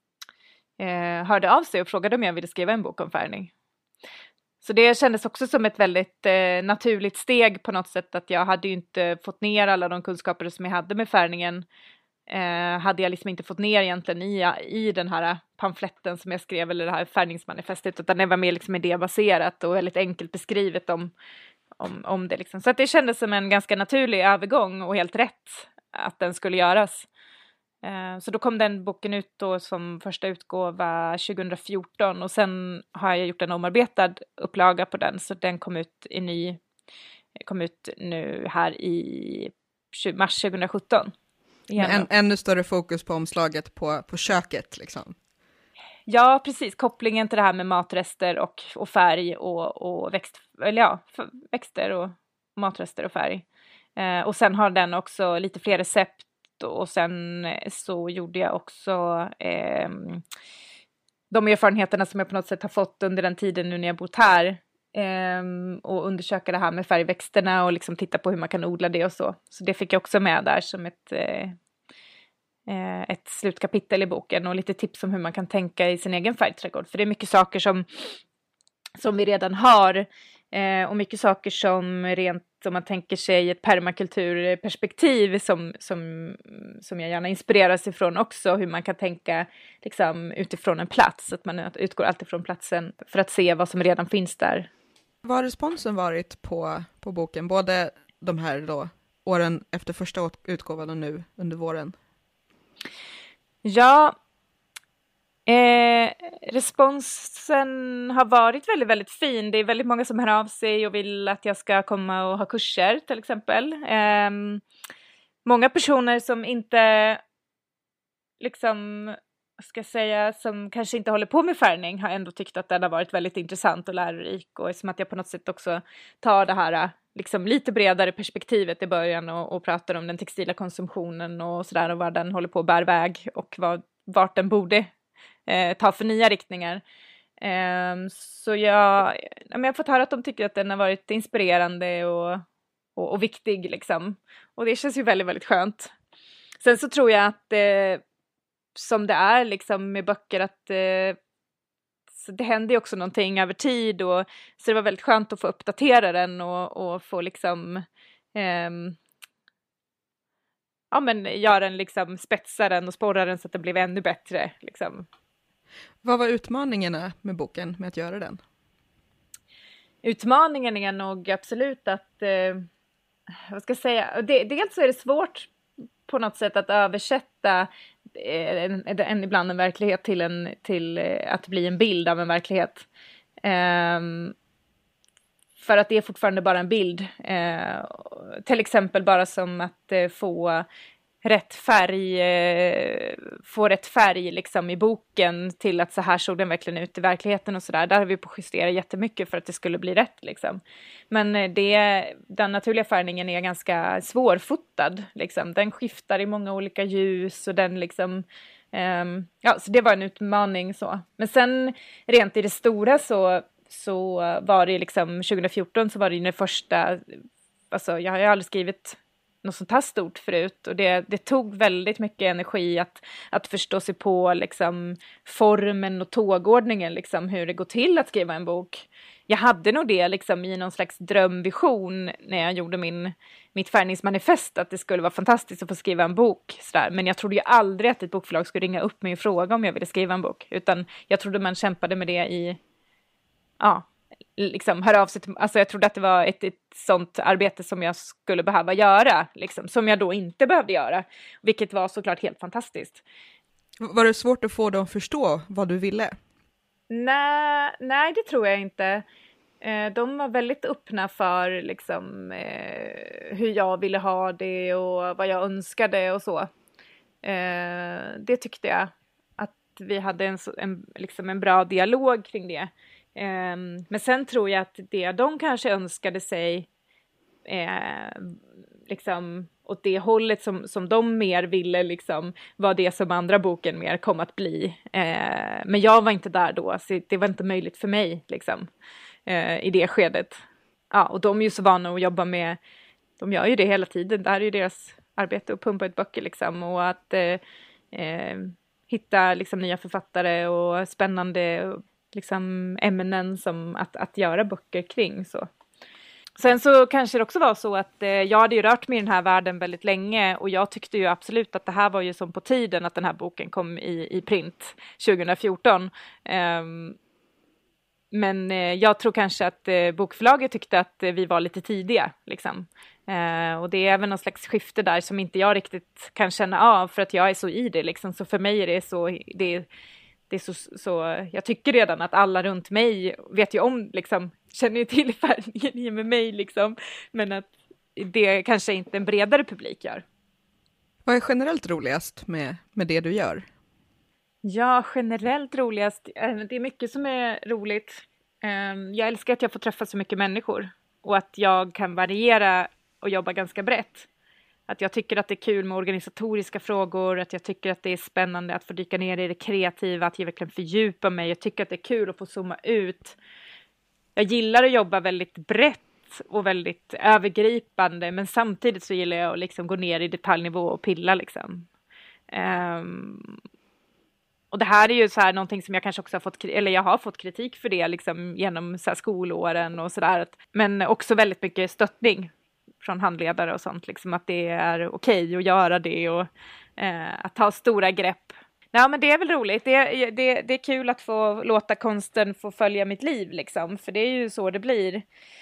uh, hörde av sig och frågade om jag ville skriva en bok om färgning. Så det kändes också som ett väldigt eh, naturligt steg på något sätt att jag hade ju inte fått ner alla de kunskaper som jag hade med färgningen. Eh, hade jag liksom inte fått ner egentligen i, i den här pamfletten som jag skrev eller det här färgningsmanifestet utan det var mer liksom idébaserat och väldigt enkelt beskrivet om, om, om det. Liksom. Så att det kändes som en ganska naturlig övergång och helt rätt att den skulle göras. Så då kom den boken ut då som första utgåva tjugohundrafjorton och sen har jag gjort en omarbetad upplaga på den så den kom ut i ny kom ut nu här i mars tjugosjutton. Men en, ännu större fokus på omslaget på, på köket liksom. Ja, precis. Kopplingen till det här med matrester och, och färg och, och växt, eller ja, växter och matrester och färg. Eh, och sen har den också lite fler recept och sen så gjorde jag också eh, de erfarenheterna som jag på något sätt har fått under den tiden nu när jag bott här. Um, och undersöka det här med färgväxterna och liksom titta på hur man kan odla det och så. Så det fick jag också med där som ett, eh, ett slutkapitel i boken och lite tips om hur man kan tänka i sin egen färgträdgård. För det är mycket saker som, som vi redan har eh, och mycket saker som rent om man tänker sig i ett permakulturperspektiv som, som, som jag gärna inspireras ifrån också, hur man kan tänka liksom, utifrån en plats, att man utgår alltid från platsen för att se vad som redan finns där. Vad har responsen varit på, på boken, både de här då, åren efter första utgåvan och nu under våren? Ja, eh, responsen har varit väldigt, väldigt fin. Det är väldigt många som hör av sig och vill att jag ska komma och ha kurser till exempel. Eh, många personer som inte liksom, ska jag säga, som kanske inte håller på med färgning har ändå tyckt att den har varit väldigt intressant och lärorik, och som att jag på något sätt också tar det här liksom lite bredare perspektivet i början och, och pratar om den textila konsumtionen och sådär, och vad den håller på att bära väg och vad, vart den borde eh, ta för nya riktningar. Eh, så jag, jag har fått höra att de tycker att den har varit inspirerande och, och, och viktig liksom, och det känns ju väldigt, väldigt skönt. Sen så tror jag att eh, som det är liksom med böcker, att eh, så det händer ju också någonting över tid, och så det var väldigt skönt att få uppdatera den och, och få liksom eh, ja men göra den liksom, spetsa den och sporra den så att det blev ännu bättre liksom. Vad var utmaningarna med boken, med att göra den? Utmaningen är nog absolut att eh, vad ska jag säga, det, dels så är det svårt på något sätt att översätta en, en, en ibland en verklighet till, en, till att bli en bild av en verklighet. Um, för att det är fortfarande bara en bild. Uh, till exempel bara som att uh, få rätt färg, uh, få rätt färg liksom i boken till att så här såg den verkligen ut i verkligheten och sådär. Där har vi på justera jättemycket för att det skulle bli rätt liksom. Men uh, det, den naturliga färgningen är ganska svårfotad liksom. Den skiftar i många olika ljus och den liksom um, ja, så det var en utmaning så. Men sen rent i det stora så så var det liksom tjugo fjorton så var det den första, alltså jag har ju aldrig skrivit något sånt här stort förut, och det, det tog väldigt mycket energi att, att förstå sig på liksom formen och tågordningen, liksom hur det går till att skriva en bok. Jag hade nog det liksom i någon slags drömvision när jag gjorde min, mitt färgningsmanifest, att det skulle vara fantastiskt att få skriva en bok. Sådär. Men jag trodde ju aldrig att ett bokförlag skulle ringa upp mig och fråga om jag ville skriva en bok, utan jag trodde man kämpade med det i ja, liksom hör av sig till, alltså jag trodde att det var ett, ett sånt arbete som jag skulle behöva göra, liksom, som jag då inte behövde göra, vilket var såklart helt fantastiskt. Var det svårt att få dem att förstå vad du ville? Nej, nej det tror jag inte. De var väldigt öppna för liksom, hur jag ville ha det och vad jag önskade och så. Det tyckte jag, att vi hade en, en, liksom en bra dialog kring det. Um, men sen tror jag att det de kanske önskade sig eh, liksom åt det hållet som, som de mer ville liksom, var det som andra boken mer kom att bli. Eh, men jag var inte där då, så det var inte möjligt för mig liksom, eh, i det skedet. Ja, och de är ju så vana att jobba med, de gör ju det hela tiden, det här är ju deras arbete att pumpa ut böcker liksom, och att eh, eh, hitta liksom nya författare och spännande liksom ämnen som att, att göra böcker kring så. Sen så kanske det också var så att eh, jag hade ju rört mig i den här världen väldigt länge, och jag tyckte ju absolut att det här var ju som på tiden att den här boken kom i, i print tjugo fjorton. Um, men eh, jag tror kanske att eh, bokförlaget tyckte att eh, vi var lite tidiga liksom. Uh, och det är även någon slags skifte där som inte jag riktigt kan känna av, för att jag är så i det liksom, så för mig är det så det Det är så, så, jag tycker redan att alla runt mig vet ju om, liksom, känner ju till färgningen i med mig, liksom, men att det kanske inte en bredare publik gör. Vad är generellt roligast med, med det du gör? Ja, generellt roligast, det är mycket som är roligt. Jag älskar att jag får träffa så mycket människor och att jag kan variera och jobba ganska brett. Att jag tycker att det är kul med organisatoriska frågor, att jag tycker att det är spännande att få dyka ner i det kreativa, att jag verkligen fördjupa mig. Jag tycker att det är kul att få zooma ut. Jag gillar att jobba väldigt brett och väldigt övergripande, men samtidigt så gillar jag att liksom gå ner i detaljnivå och pilla liksom. Um, och det här är ju så här någonting som jag kanske också har fått, eller jag har fått kritik för det liksom genom så här skolåren och sådär, men också väldigt mycket stöttning från handledare och sånt, liksom att det är okej att göra det och eh, att ta stora grepp. Ja, men det är väl roligt. Det, det, det är kul att få låta konsten få följa mitt liv liksom, för det är ju så det blir.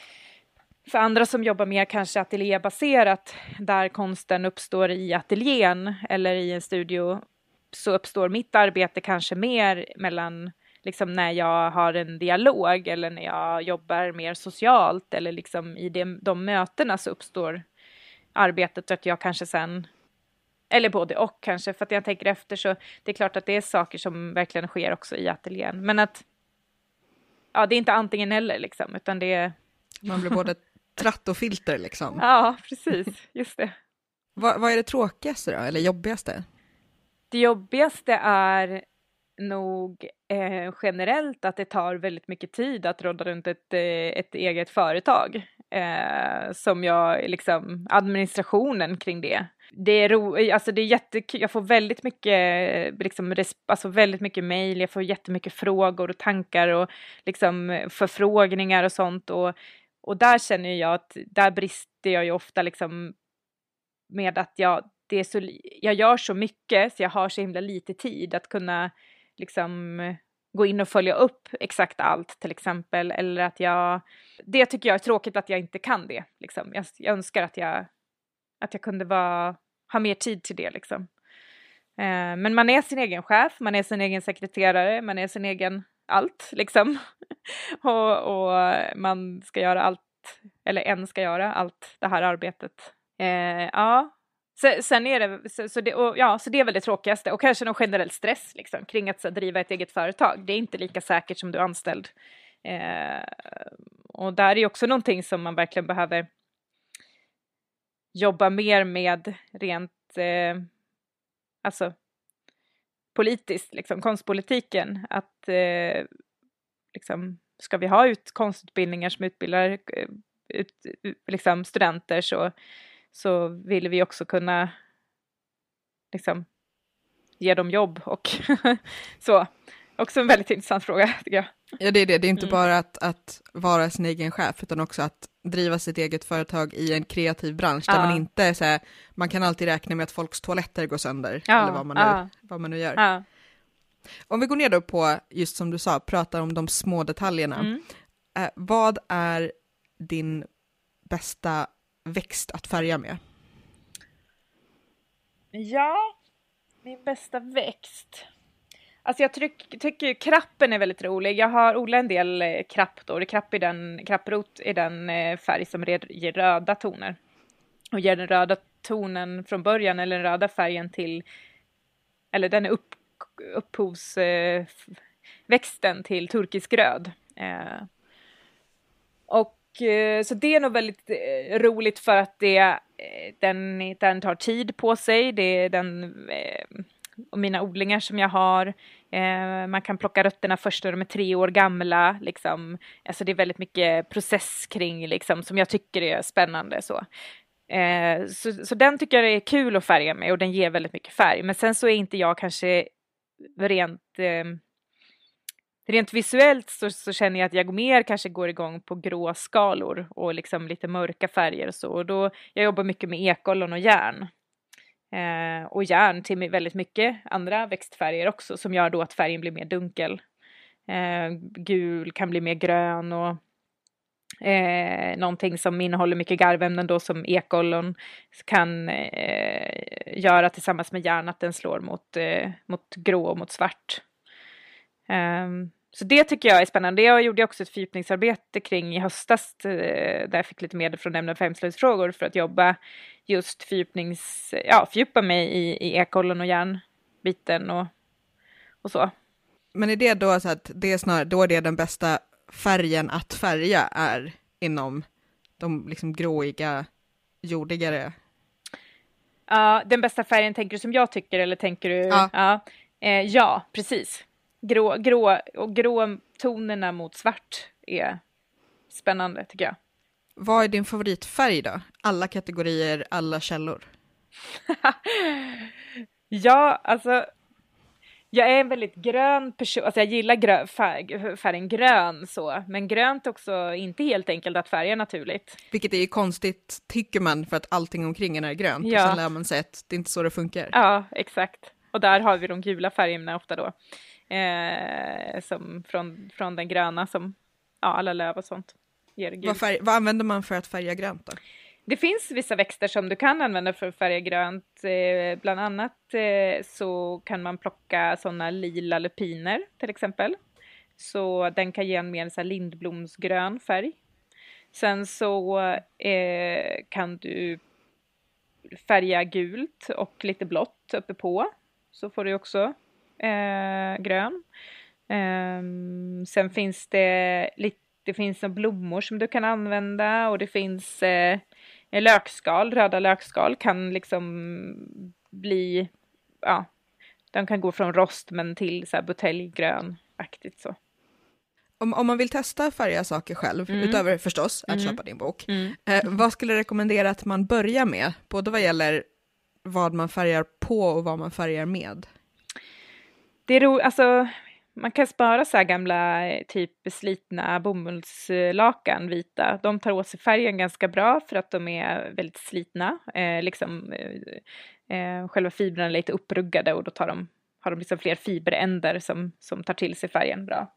För andra som jobbar mer kanske ateljébaserat, där konsten uppstår i ateljén eller i en studio, så uppstår mitt arbete kanske mer mellan liksom när jag har en dialog eller när jag jobbar mer socialt, eller liksom i de, de mötena så uppstår arbetet, att jag kanske sen, eller både och kanske, för att jag tänker efter, så det är klart att det är saker som verkligen sker också i ateljén, men att ja, det är inte antingen eller liksom, utan det är man blir både tratt och filter liksom. Ja, precis, just det. vad, vad är det tråkigaste då, eller jobbigaste? Det jobbigaste är nog eh, generellt att det tar väldigt mycket tid att råda runt ett, ett eget företag. Eh, som jag, liksom, administrationen kring det. Det är, ro, alltså det är jättekul, jag får väldigt mycket, liksom, resp- alltså väldigt mycket mejl, jag får jättemycket frågor och tankar och liksom förfrågningar och sånt. Och, och där känner jag att, där brister jag ju ofta liksom med att jag, det är så, jag gör så mycket så jag har så himla lite tid att kunna liksom gå in och följa upp exakt allt till exempel, eller att jag, det tycker jag är tråkigt att jag inte kan det liksom. jag, jag önskar att jag att jag kunde vara, ha mer tid till det liksom. Eh, men man är sin egen chef, man är sin egen sekreterare, man är sin egen allt liksom. och, och man ska göra allt, eller en ska göra allt det här arbetet. Eh, ja Sen är det så, så det och, ja så det är väl det tråkigaste, och kanske någon generell stress liksom kring att så, driva ett eget företag. Det är inte lika säkert som du är anställd. Eh, och där är också någonting som man verkligen behöver jobba mer med rent eh, alltså politiskt liksom, konstpolitiken, att eh, liksom, ska vi ha ut konstutbildningar som utbildar ut, liksom, studenter, så så vill vi också kunna liksom ge dem jobb och så. Också en väldigt intressant fråga, tycker jag. Ja, det är det. Det är inte mm. bara att, att vara sin egen chef, utan också att driva sitt eget företag i en kreativ bransch där ja. man inte så här, man kan alltid räkna med att folks toaletter går sönder, ja. eller vad man nu, ja. vad man nu gör. Ja. Om vi går ner då på, just som du sa, pratar om de små detaljerna. Mm. Eh, vad är din bästa växt att färga med? Ja, min bästa växt. Alltså jag tryck, tycker ju krappen är väldigt rolig. Jag har odlat en del eh, krapp då. Det krapp i den, krapprot är den eh, färg som red, ger röda toner. Och ger den röda tonen från början, eller den röda färgen till, eller den är upp, upphovsväxten eh, till turkisk röd. Eh, och så det är nog väldigt eh, roligt för att det, eh, den, den tar tid på sig. Det är den, eh, och mina odlingar som jag har. Eh, man kan plocka rötterna först när de är tre år gamla. Liksom. Alltså det är väldigt mycket process kring liksom, som jag tycker är spännande. Så. Eh, så, så den tycker jag är kul att färga med, och den ger väldigt mycket färg. Men sen så är inte jag kanske rent... Eh, Rent visuellt så, så känner jag att jag mer kanske går igång på grå skalor och liksom lite mörka färger och så. Och då, jag jobbar mycket med ekollon och järn. Eh, och järn till väldigt mycket andra växtfärger också, som gör då att färgen blir mer dunkel. Eh, gul kan bli mer grön, och eh, någonting som innehåller mycket garvämnen då, som ekollon, kan eh, göra tillsammans med järn att den slår mot, eh, mot grå och mot svart. Um, så det tycker jag är spännande. Jag gjorde också ett fördjupningsarbete kring i höstas, uh, där jag fick lite medel från Nämnden för hemslöjdsfrågor för att jobba just fördjupnings, ja, fördjupa mig i, i ekollon och järnbiten och, och så. Men är det då så att det är snarare, då är det den bästa färgen att färga är inom de liksom gråiga, jordigare? Ja, den bästa färgen tänker du som jag tycker, eller tänker du? Ja, Ja, eh, ja precis. Grå, grå och grå tonerna mot svart är spännande tycker jag. vad är din favoritfärg då? Alla kategorier, alla källor. Ja, alltså jag är en väldigt grön person, alltså jag gillar grö, färg, färgen grön så, men grönt också inte helt enkelt att färga naturligt. Vilket är ju konstigt, tycker man, för att allting omkring en är grönt. Ja. Och sen lär man sig att det är inte så det funkar. Ja, exakt. Och där har vi de gula färgerna ofta då. Eh, som från, från den gröna som, ja, alla löv och sånt ger gult. Vad, färg, vad använder man för att färga grönt då? Det finns vissa växter som du kan använda för att färga grönt. Eh, bland annat eh, så kan man plocka sådana lila lupiner till exempel. Så den kan ge en mer så här lindblomsgrön färg. Sen så eh, kan du färga gult och lite blått uppe på. Så får du också eh, grön. Eh, sen finns det lite, det finns några blommor som du kan använda, och det finns eh, lökskal, röda lökskal kan liksom bli, ja, de kan gå från rost men till så här buteljgrön-aktigt så. Om, om man vill testa färga saker själv, Mm. utöver förstås att Mm. köpa din bok, Mm. eh, vad skulle du rekommendera att man börjar med? Både vad gäller vad man färgar på och vad man färgar med. Det är ro, alltså man kan spara så här gamla eh, typ slitna bomullslakan vita. De tar åt sig färgen ganska bra för att de är väldigt slitna. Eh, liksom, eh, eh, själva fibrerna är lite uppruggade, och då tar de, har de liksom fler fiberänder som, som tar till sig färgen bra.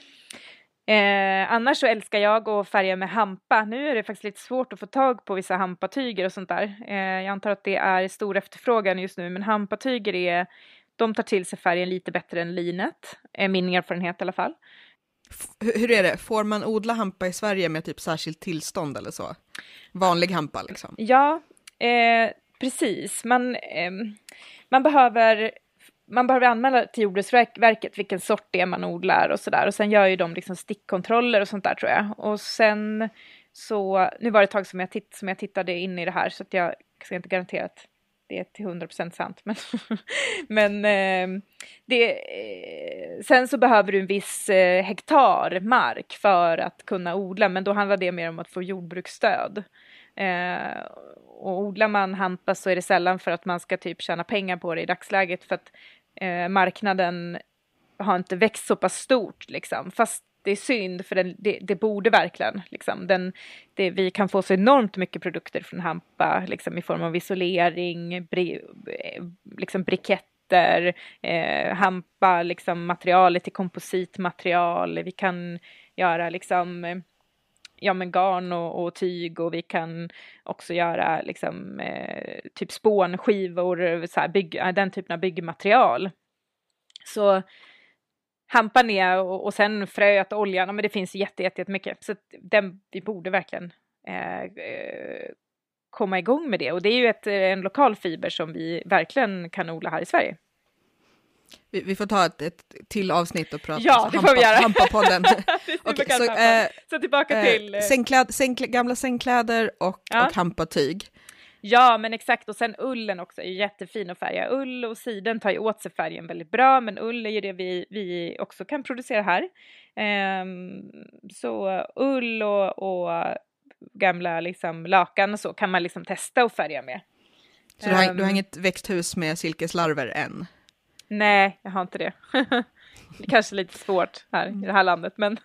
Eh, annars så älskar jag att färga med hampa. Nu är det faktiskt lite svårt att få tag på vissa hampatyger och sånt där. Eh, jag antar att det är stor efterfrågan just nu, men hampatyger är, de tar till sig färgen lite bättre än linet. Är min erfarenhet i alla fall. F- hur är det? Får man odla hampa i Sverige med typ särskilt tillstånd eller så? Vanlig hampa liksom? Ja, eh, precis. Man, eh, man behöver... Man behöver anmäla till Jordbruksverket vilken sort det är man odlar och sådär. Och sen gör ju de liksom stickkontroller och sånt där tror jag. Och sen så, nu var det ett tag som jag, titt, som jag tittade in i det här, så att jag ska inte garantera att det är till hundra procent sant. Men, men eh, det, eh, sen så behöver du en viss eh, hektar mark för att kunna odla. Men då handlar det mer om att få jordbruksstöd. Eh, och odlar man hampa så är det sällan för att man ska typ tjäna pengar på det i dagsläget, för att eh, marknaden har inte växt så pass stort liksom. Fast det är synd, för den, det, det borde verkligen liksom. Den, det, vi kan få så enormt mycket produkter från hampa liksom, i form av isolering, bri, liksom briketter, eh, hampa liksom, materialet i kompositmaterial. Vi kan göra liksom ja, men garn och, och tyg, och vi kan också göra liksom, eh, typ spånskivor, så här, bygg, den typen av byggmaterial. Så hampan är, och, och sen fröet och oljan, men det finns jätte, jätte, jätte mycket. Så att den, vi borde verkligen eh, eh, komma igång med det. Och det är ju ett, en lokal fiber som vi verkligen kan odla här i Sverige. Vi, vi får ta ett, ett till avsnitt och prata ja, det får vi göra. Hampa-podden. Okay, så, äh, så tillbaka äh, till... Sängkläd, sängkläd, gamla sängkläder och, ja. och hampatyg. Ja, men exakt. Och sen ullen också är jättefin att färga. Ull och siden tar ju åt sig färgen väldigt bra, men ull är ju det vi, vi också kan producera här. Um, så ull och, och gamla liksom lakan och så kan man liksom testa och färga med. Så du har, um, du har inget växthus med silkeslarver än? Nej, jag har inte det. Det är kanske lite svårt här i det här landet, men...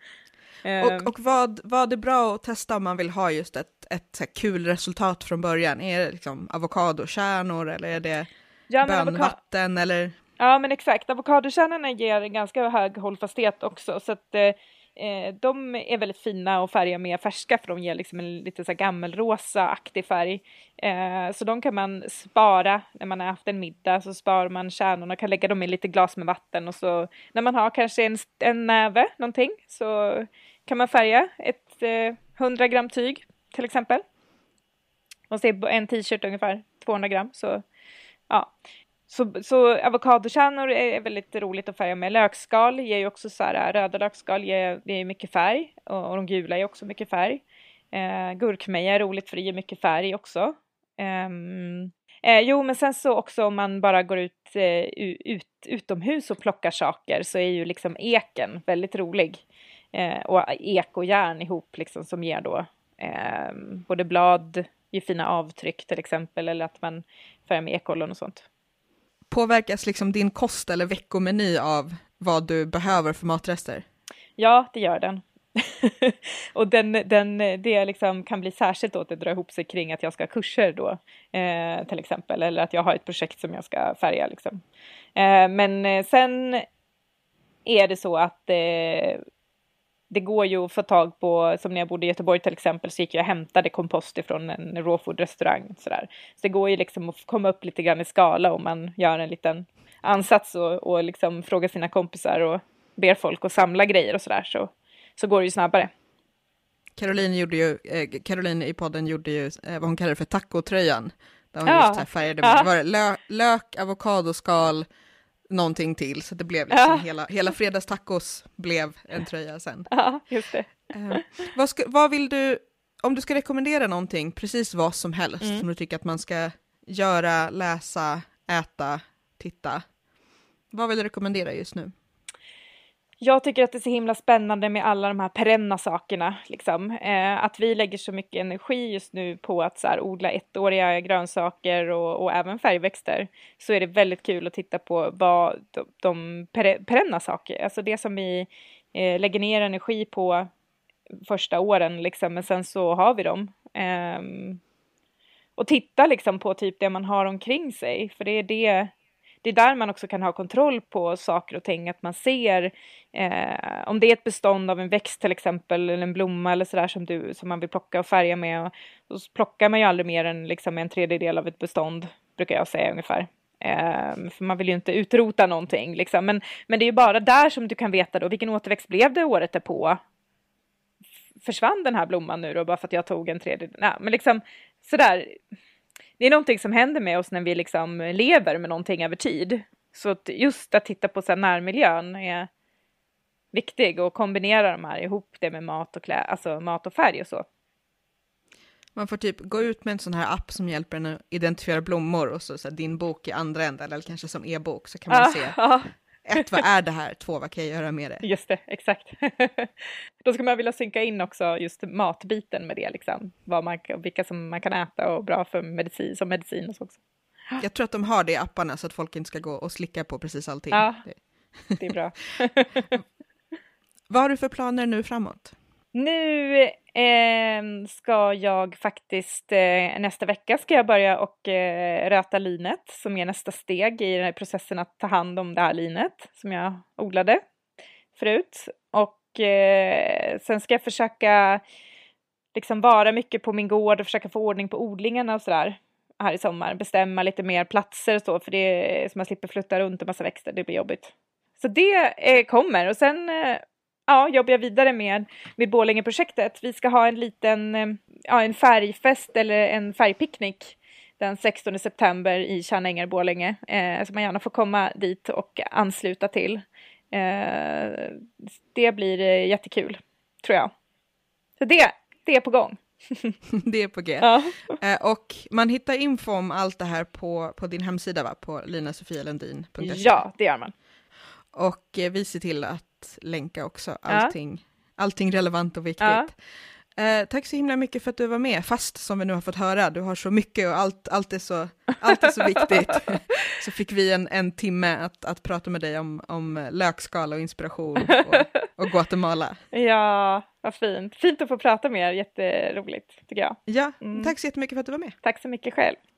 och och vad, vad är bra att testa om man vill ha just ett, ett så här kul resultat från början? Är det liksom avokadokärnor eller är det ja, bönvatten? Eller? Ja, men exakt. Avokadokärnorna ger ganska hög hållfasthet också, så att eh, de är väldigt fina att färga med färska, för de ger liksom en lite så här gammelrosa-aktig färg. Eh, så de kan man spara när man har haft en middag, så sparar man kärnorna, kan lägga dem i lite glas med vatten, och så när man har kanske en, en näve någonting, så kan man färga ett eh, hundra gram tyg till exempel. Och se en t-shirt ungefär tvåhundra gram, så ja. Så, så avokadokärnor är väldigt roligt att färga med. Lökskal ger ju också så här, röda lökskal ger, ger mycket färg, och, och de gula ger också mycket färg. Eh, gurkmeja är roligt för det ger mycket färg också. Um, Eh, jo, men sen så också om man bara går ut, eh, ut utomhus och plockar saker så är ju liksom eken väldigt rolig. Eh, och ek och järn ihop liksom som ger då eh, både blad, ger fina avtryck till exempel, eller att man färgar med ekollon och sånt. Påverkas liksom din kost eller veckomeny av vad du behöver för matrester? Ja, det gör den. Och den, den, det liksom kan bli särskilt åt att dra ihop sig kring att jag ska ha kurser då, eh, till exempel. Eller att jag har ett projekt som jag ska färga. Liksom. Eh, men sen är det så att eh, det går ju att få tag på, som när jag bodde i Göteborg till exempel, så gick jag och hämtade kompost ifrån en rawfood-restaurang. Sådär. Så det går ju liksom att komma upp lite grann i skala om man gör en liten ansats och, och liksom frågar sina kompisar och ber folk att samla grejer och sådär, så så går det ju snabbare. Caroline gjorde ju, eh, Caroline i podden gjorde ju eh, vad hon kallar för tacotröjan. Där hon ja. just här färgade med, ja. var det lö, lök, avokadoskal, någonting till. Så det blev liksom ja. hela, hela fredagstacos blev en tröja sen. Ja, just det. Eh, vad, ska, vad vill du, om du ska rekommendera någonting, precis vad som helst, mm. som du tycker att man ska göra, läsa, äta, titta. Vad vill du rekommendera just nu? Jag tycker att det är så himla spännande med alla de här perenna sakerna. Liksom. Eh, att vi lägger så mycket energi just nu på att så här, odla ettåriga grönsaker och, och även färgväxter. Så är det väldigt kul att titta på vad de, de per, perenna saker, alltså det som vi eh, lägger ner energi på första åren. Liksom, men sen så har vi dem. Eh, och titta liksom, på typ det man har omkring sig. För det är det... Det är där man också kan ha kontroll på saker och ting. Att man ser eh, om det är ett bestånd av en växt till exempel. Eller en blomma eller sådär som, du, som man vill plocka och färga med. Och, och så plockar man ju aldrig mer än liksom, en tredjedel av ett bestånd. Brukar jag säga ungefär. Eh, för man vill ju inte utrota någonting. Liksom. Men, men det är ju bara där som du kan veta då. Vilken återväxt blev det året därpå? Försvann den här blomman nu då? Bara för att jag tog en tredjedel. Nej, men liksom sådär... Det är någonting som händer med oss när vi liksom lever med någonting över tid. Så att just att titta på så här närmiljön är viktig. Och kombinera de här ihop det med mat och, klä, alltså mat och färg och så. Man får typ gå ut med en sån här app som hjälper en att identifiera blommor. Och så, så här, din bok i andra änden, eller kanske som e-bok. Så kan man ah, se, ah. ett, vad är det här? Två, vad kan jag göra med det? Just det, exakt. Då ska man vilja synka in också just matbiten med det. Liksom. Vad man, vilka som man kan äta och bra för medicin, som medicin och så också. Jag tror att de har det i apparna så att folk inte ska gå och slicka på precis allting. Ja, det är bra. Vad har du för planer nu framåt? Nu eh, ska jag faktiskt, eh, nästa vecka ska jag börja och eh, röta linet som är nästa steg i den här processen att ta hand om det här linet som jag odlade förut. Och eh, sen ska jag försöka liksom vara mycket på min gård och försöka få ordning på odlingarna och sådär här i sommar. Bestämma lite mer platser och så, för det är som man slipper flytta runt en massa växter, det blir jobbigt. Så det eh, kommer, och sen... Eh, Ja, jobbar jag vidare med, med Borlänge-projektet. Vi ska ha en liten ja, en färgfest eller en färgpicknick den sextonde september i Tjärnängar, Borlänge. Eh, så man gärna får komma dit och ansluta till. Eh, det blir jättekul, tror jag. Så det, det är på gång. Det är på G. Ja. Eh, och man hittar info om allt det här på, på din hemsida, va? På lina sofia lundin punkt se. Ja, det gör man. Och eh, vi ser till att länka också allting, ja. allting relevant och viktigt. Ja. Eh, tack så himla mycket för att du var med, fast som vi nu har fått höra, du har så mycket och allt, allt, är, så, allt är så viktigt. Så fick vi en, en timme att, att prata med dig om, om lökskal och inspiration och, och Guatemala. Ja, vad fint. Fint att få prata med er, jätteroligt tycker jag. Ja, mm. Tack så jättemycket för att du var med. Tack så mycket själv.